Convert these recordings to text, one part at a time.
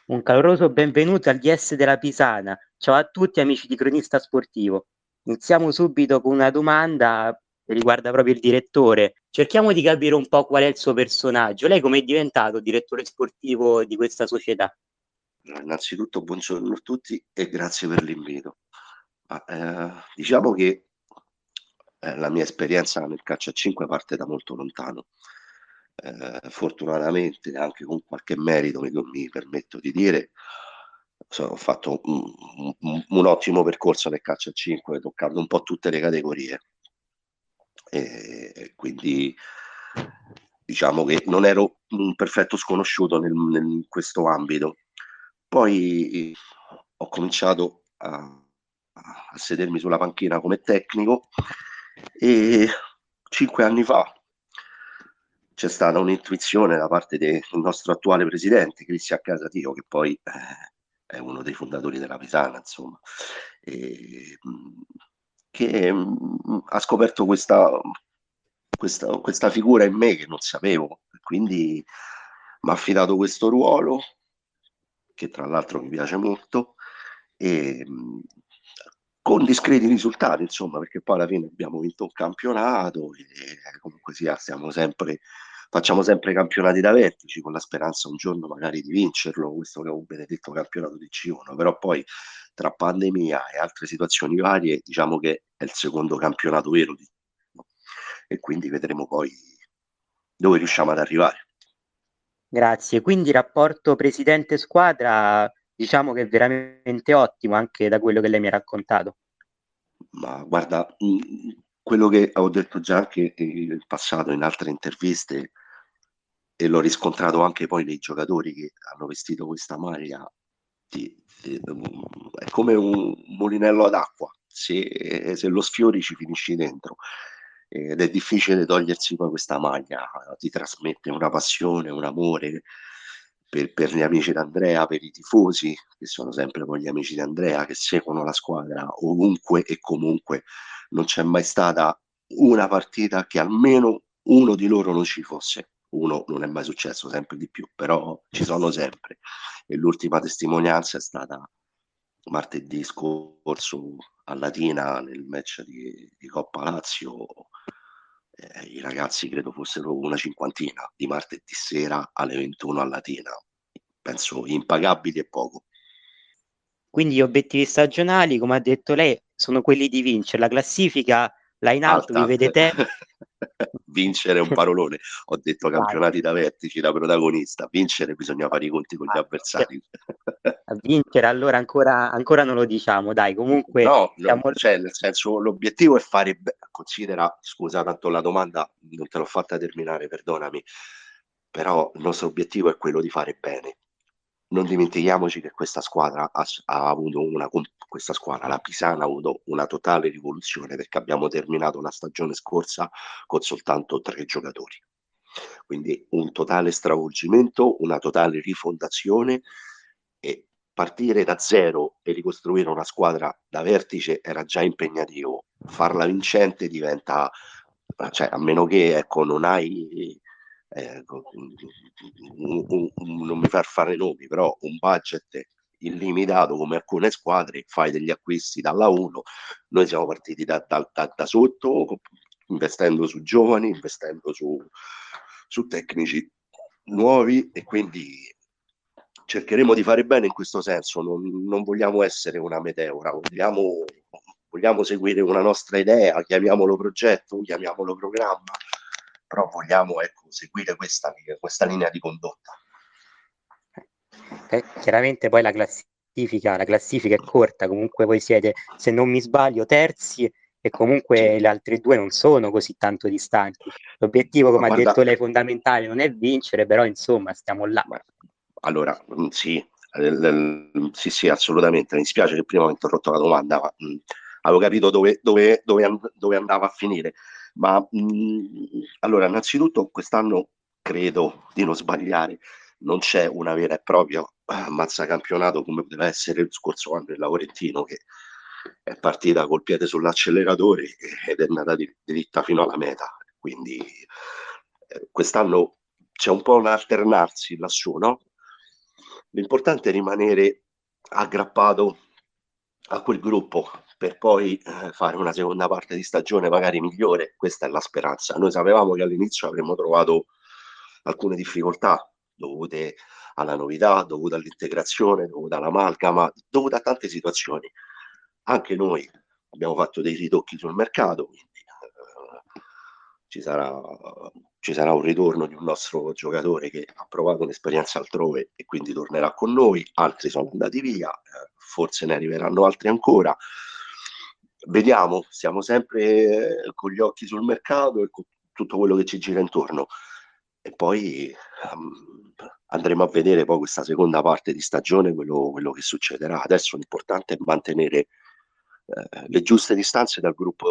Un caloroso benvenuto al DS della Pisana. Ciao a tutti amici di Cronista Sportivo. Iniziamo subito con una domanda che riguarda proprio il direttore. Cerchiamo di capire un po' qual è il suo personaggio. Lei come è diventato direttore sportivo di questa società? Innanzitutto buongiorno a tutti e grazie per l'invito. Diciamo che la mia esperienza nel calcio a 5 parte da molto lontano. Fortunatamente, anche con qualche merito, mi permetto di dire, ho fatto un ottimo percorso nel calcio a 5, toccando un po' tutte le categorie. E quindi diciamo che non ero un perfetto sconosciuto in questo ambito. Poi ho cominciato a sedermi sulla panchina come tecnico e 5 anni fa c'è stata un'intuizione da parte del nostro attuale presidente, Cristian Casatio, che poi è uno dei fondatori della Pisana, insomma, e, che ha scoperto questa figura in me che non sapevo, quindi mi ha affidato questo ruolo che tra l'altro mi piace molto, e con discreti risultati, insomma, perché poi alla fine abbiamo vinto un campionato e comunque sia, facciamo sempre campionati da vertici con la speranza un giorno magari di vincerlo, questo che è un benedetto campionato di C1, però poi tra pandemia e altre situazioni varie, diciamo che è il secondo campionato vero e quindi vedremo poi dove riusciamo ad arrivare. Grazie. Quindi il rapporto presidente-squadra diciamo che è veramente ottimo anche da quello che lei mi ha raccontato. Ma guarda, quello che ho detto già anche in passato in altre interviste e l'ho riscontrato anche poi nei giocatori che hanno vestito questa maglia, è come un mulinello ad acqua, se lo sfiori ci finisci dentro. Ed è difficile togliersi poi questa maglia, ti trasmette una passione, un amore per gli amici d'Andrea, per i tifosi, che sono sempre con gli amici di Andrea, che seguono la squadra ovunque e comunque. Non c'è mai stata una partita che almeno uno di loro non ci fosse. Uno non è mai successo, sempre di più, però ci sono sempre. E l'ultima testimonianza è stata martedì scorso a Latina nel match di Coppa Lazio. I ragazzi credo fossero una cinquantina di martedì sera alle 21 a Latina. Penso impagabili e poco. Quindi gli obiettivi stagionali, come ha detto lei, sono quelli di vincere. La classifica là in alto vi Alta. vede te. Vincere è un parolone. Ho detto Esatto. campionati da vertici, da protagonista. Vincere bisogna fare i conti con gli avversari. A vincere allora ancora non lo diciamo, dai, comunque No, siamo cioè nel senso l'obiettivo è fare, considera, scusa tanto la domanda, non te l'ho fatta terminare, perdonami, però il nostro obiettivo è quello di fare bene. Non dimentichiamoci che questa squadra ha avuto questa squadra, la Pisana, ha avuto una totale rivoluzione perché abbiamo terminato la stagione scorsa con soltanto 3 giocatori. Quindi un totale stravolgimento, una totale rifondazione e partire da zero e ricostruire una squadra da vertice era già impegnativo. Farla vincente diventa, cioè, a meno che ecco, non hai non mi far fare nomi, però un budget illimitato come alcune squadre, fai degli acquisti dalla 1. Noi siamo partiti da sotto, investendo su giovani, investendo su tecnici nuovi e quindi cercheremo di fare bene in questo senso. Non vogliamo essere una meteora, vogliamo seguire una nostra idea, chiamiamolo progetto, chiamiamolo programma, però vogliamo ecco, seguire questa linea di condotta. chiaramente poi la classifica è corta, comunque voi siete, se non mi sbaglio, terzi e Sì. comunque le altre due non sono così tanto distanti. L'obiettivo, Ma come ha guarda, detto lei, fondamentale non è vincere, però insomma stiamo là. ma- allora, sì, sì, sì, assolutamente. Mi spiace che prima ho interrotto la domanda, ma avevo capito dove andava a finire. Ma allora, innanzitutto, quest'anno credo di non sbagliare, non c'è una vera e propria mazzacampionato come poteva essere il scorso anno il Laurentino, che è partita col piede sull'acceleratore ed è andata diritta fino alla meta. Quindi quest'anno c'è un po' un alternarsi lassù, no? L'importante è rimanere aggrappato a quel gruppo per poi fare una seconda parte di stagione magari migliore. Questa è la speranza. Noi sapevamo che all'inizio avremmo trovato alcune difficoltà dovute alla novità, dovute all'integrazione, dovute all'amalgama, dovute a tante situazioni. Anche noi abbiamo fatto dei ritocchi sul mercato, quindi ci sarà, ci sarà un ritorno di un nostro giocatore che ha provato un'esperienza altrove e quindi tornerà con noi, altri sono andati via, forse ne arriveranno altri ancora. Vediamo, siamo sempre con gli occhi sul mercato e con tutto quello che ci gira intorno. E poi andremo a vedere poi questa seconda parte di stagione, quello che succederà. Adesso l'importante è mantenere le giuste distanze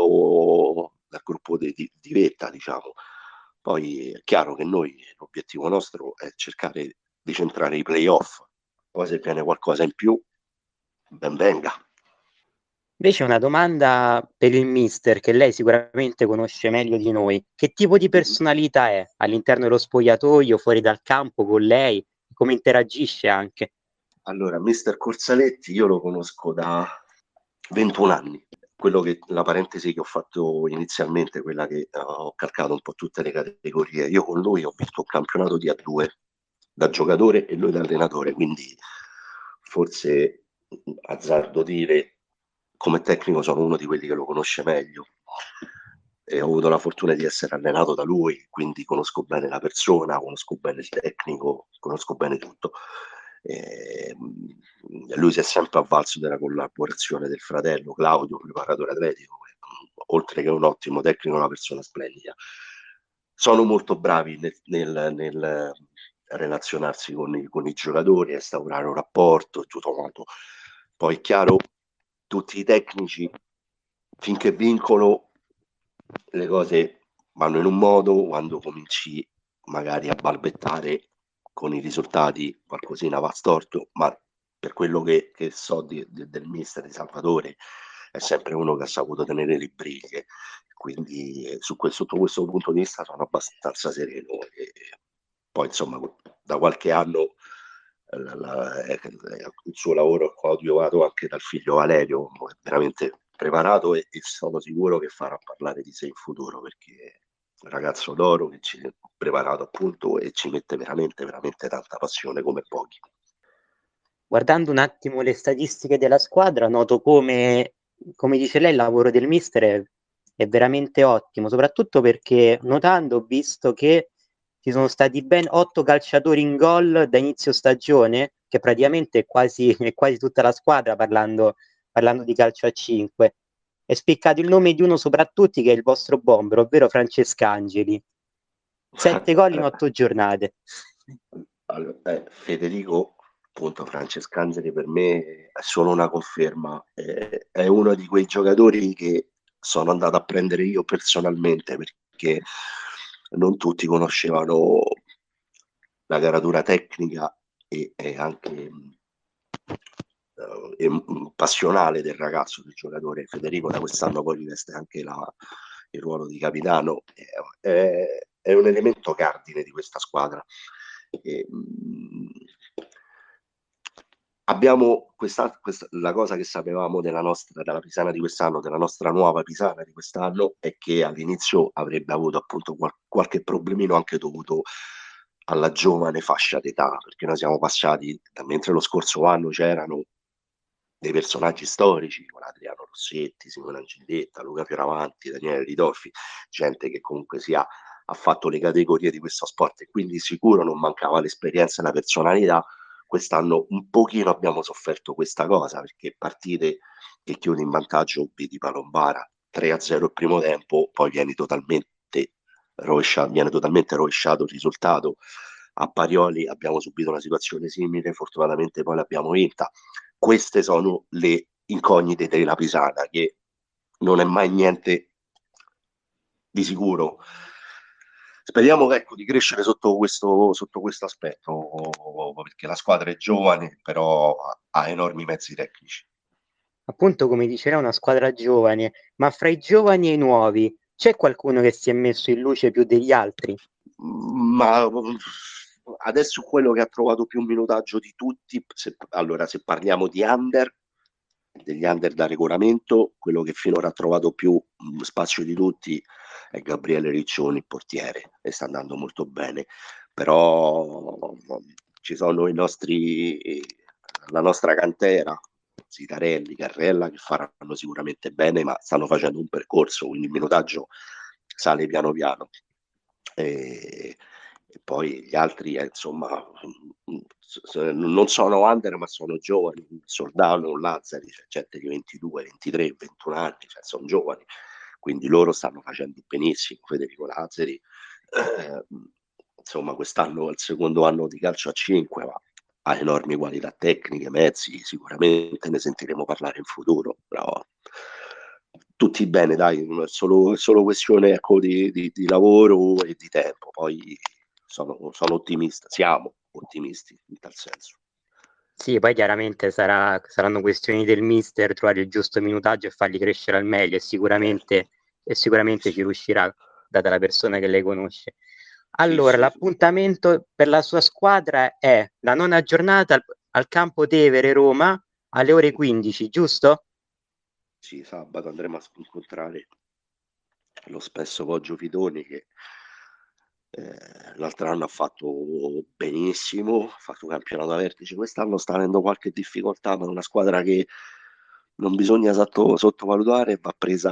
dal gruppo di vetta, diciamo. Poi è chiaro che noi, l'obiettivo nostro è cercare di centrare i playoff, poi se viene qualcosa in più, ben venga. Invece una domanda per il mister, che lei sicuramente conosce meglio di noi. Che tipo di personalità è all'interno dello spogliatoio, fuori dal campo, con lei? Come interagisce anche? Allora, mister Corsaletti io lo conosco da 21 anni. La parentesi che ho fatto inizialmente, quella che ho calcato un po' tutte le categorie, io con lui ho vinto un campionato di A2 da giocatore e lui da allenatore, quindi forse azzardo dire come tecnico sono uno di quelli che lo conosce meglio e ho avuto la fortuna di essere allenato da lui, quindi conosco bene la persona, conosco bene il tecnico, conosco bene tutto. E, lui si è sempre avvalso della collaborazione del fratello Claudio, preparatore atletico, oltre che un ottimo tecnico, una persona splendida. Sono molto bravi nel relazionarsi con i giocatori, instaurare un rapporto e tutto quanto. Poi è chiaro, tutti i tecnici, finché vincono, le cose vanno in un modo, quando cominci magari a balbettare con i risultati qualcosina va storto, ma per quello che so del mister di Salvatore è sempre uno che ha saputo tenere le briglie, quindi sotto questo punto di vista sono abbastanza sereno e poi insomma da qualche anno il suo lavoro è coadiuvato anche dal figlio Valerio, è veramente preparato e sono sicuro che farà parlare di sé in futuro perché è un ragazzo d'oro che ci è preparato appunto e ci mette veramente, veramente tanta passione come pochi. Guardando un attimo le statistiche della squadra, noto come dice lei, il lavoro del mister è veramente ottimo, soprattutto perché notando ho visto che ci sono stati ben 8 calciatori in gol da inizio stagione, che praticamente è quasi tutta la squadra parlando di calcio a 5. È spiccato il nome di uno soprattutto che è il vostro bomber, ovvero Francescangeli. 7 gol in 8 giornate. Allora, Federico, appunto, Francescanzeri per me è solo una conferma, è uno di quei giocatori che sono andato a prendere io personalmente perché non tutti conoscevano la caratura tecnica e anche passionale del ragazzo, del giocatore. Federico da quest'anno poi riveste anche il ruolo di capitano, è un elemento cardine di questa squadra. E, abbiamo la cosa che sapevamo della Pisana di quest'anno, della nostra nuova Pisana di quest'anno, è che all'inizio avrebbe avuto appunto qualche problemino anche dovuto alla giovane fascia d'età, perché noi siamo passati, mentre lo scorso anno c'erano dei personaggi storici, con Adriano Rossetti, Simone Angelletta, Luca Fioravanti, Daniele Ridolfi, gente che comunque ha fatto le categorie di questo sport e quindi sicuro non mancava l'esperienza e la personalità. Quest'anno un pochino abbiamo sofferto questa cosa perché partite che chiudi in vantaggio, vedi Palombara 3-0 il primo tempo, poi viene totalmente rovesciato il risultato. A Parioli abbiamo subito una situazione simile, fortunatamente poi l'abbiamo vinta. Queste sono le incognite della Pisana, che non è mai niente di sicuro. Speriamo ecco, di crescere sotto questo aspetto, perché la squadra è giovane, però ha enormi mezzi tecnici. Appunto, come dice lei, è una squadra giovane, ma fra i giovani e i nuovi c'è qualcuno che si è messo in luce più degli altri? Ma adesso quello che ha trovato più minutaggio di tutti, allora se parliamo di degli under da regolamento, quello che finora ha trovato più spazio di tutti è Gabriele Riccioni, il portiere, e sta andando molto bene. Però ci sono la nostra cantera, Zicarelli, Carrella, che faranno sicuramente bene, ma stanno facendo un percorso, quindi il minutaggio sale piano piano. E poi gli altri, insomma, non sono under, ma sono giovani. Soldano, Lazzari, c'è gente di 22, 23, 21 anni, cioè sono giovani, quindi loro stanno facendo benissimo. Federico Lazzari, insomma, quest'anno è il secondo anno di calcio a 5, ma ha enormi qualità tecniche, mezzi, sicuramente ne sentiremo parlare in futuro, però tutti bene, dai, è solo questione, ecco, di lavoro e di tempo. Poi sono ottimista, siamo ottimisti in tal senso. Sì, poi chiaramente saranno questioni del mister trovare il giusto minutaggio e farli crescere al meglio, e sicuramente ci riuscirà, data la persona che lei conosce. Allora, Sì. l'appuntamento per la sua squadra è la 9ª giornata al campo Tevere Roma alle ore 15, giusto? Sì, sabato andremo a incontrare lo spesso Poggio Fidoni, che l'altro anno ha fatto benissimo, ha fatto un campionato a vertice, quest'anno sta avendo qualche difficoltà, ma è una squadra che non bisogna sottovalutare,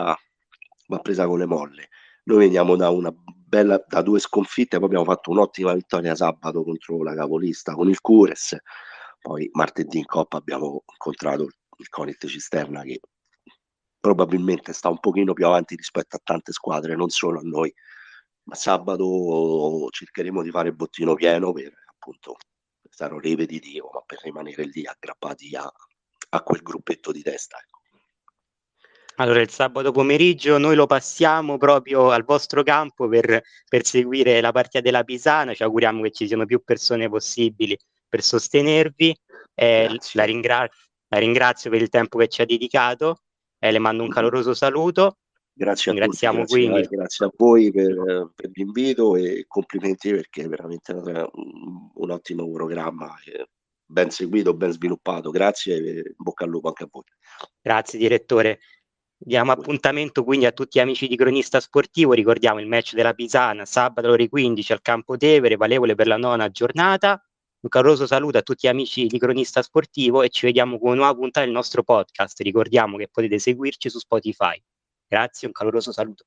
va presa con le molle. Noi veniamo da 2 sconfitte, poi abbiamo fatto un'ottima vittoria sabato contro la capolista con il Cures, poi martedì in Coppa abbiamo incontrato il Conit Cisterna, che probabilmente sta un pochino più avanti rispetto a tante squadre, non solo a noi, ma sabato cercheremo di fare bottino pieno per, appunto, sarò ripetitivo, ma per rimanere lì aggrappati a quel gruppetto di testa, ecco. Allora, il sabato pomeriggio noi lo passiamo proprio al vostro campo per seguire la partita della Pisana. Ci auguriamo che ci siano più persone possibili per sostenervi. La Grazie. la ringrazio per il tempo che ci ha dedicato. Le mando un caloroso saluto. Grazie a tutti, Ringraziamo quindi. grazie a voi per l'invito e complimenti, perché è veramente un ottimo programma, ben seguito, ben sviluppato. Grazie e in bocca al lupo anche a voi. Grazie direttore. Diamo appuntamento quindi a tutti gli amici di Cronista Sportivo. Ricordiamo il match della Pisana sabato alle ore 15 al Campo Tevere, valevole per la 9ª giornata. Un caloroso saluto a tutti gli amici di Cronista Sportivo e ci vediamo con una nuova puntata del nostro podcast. Ricordiamo che potete seguirci su Spotify. Grazie, un caloroso saluto.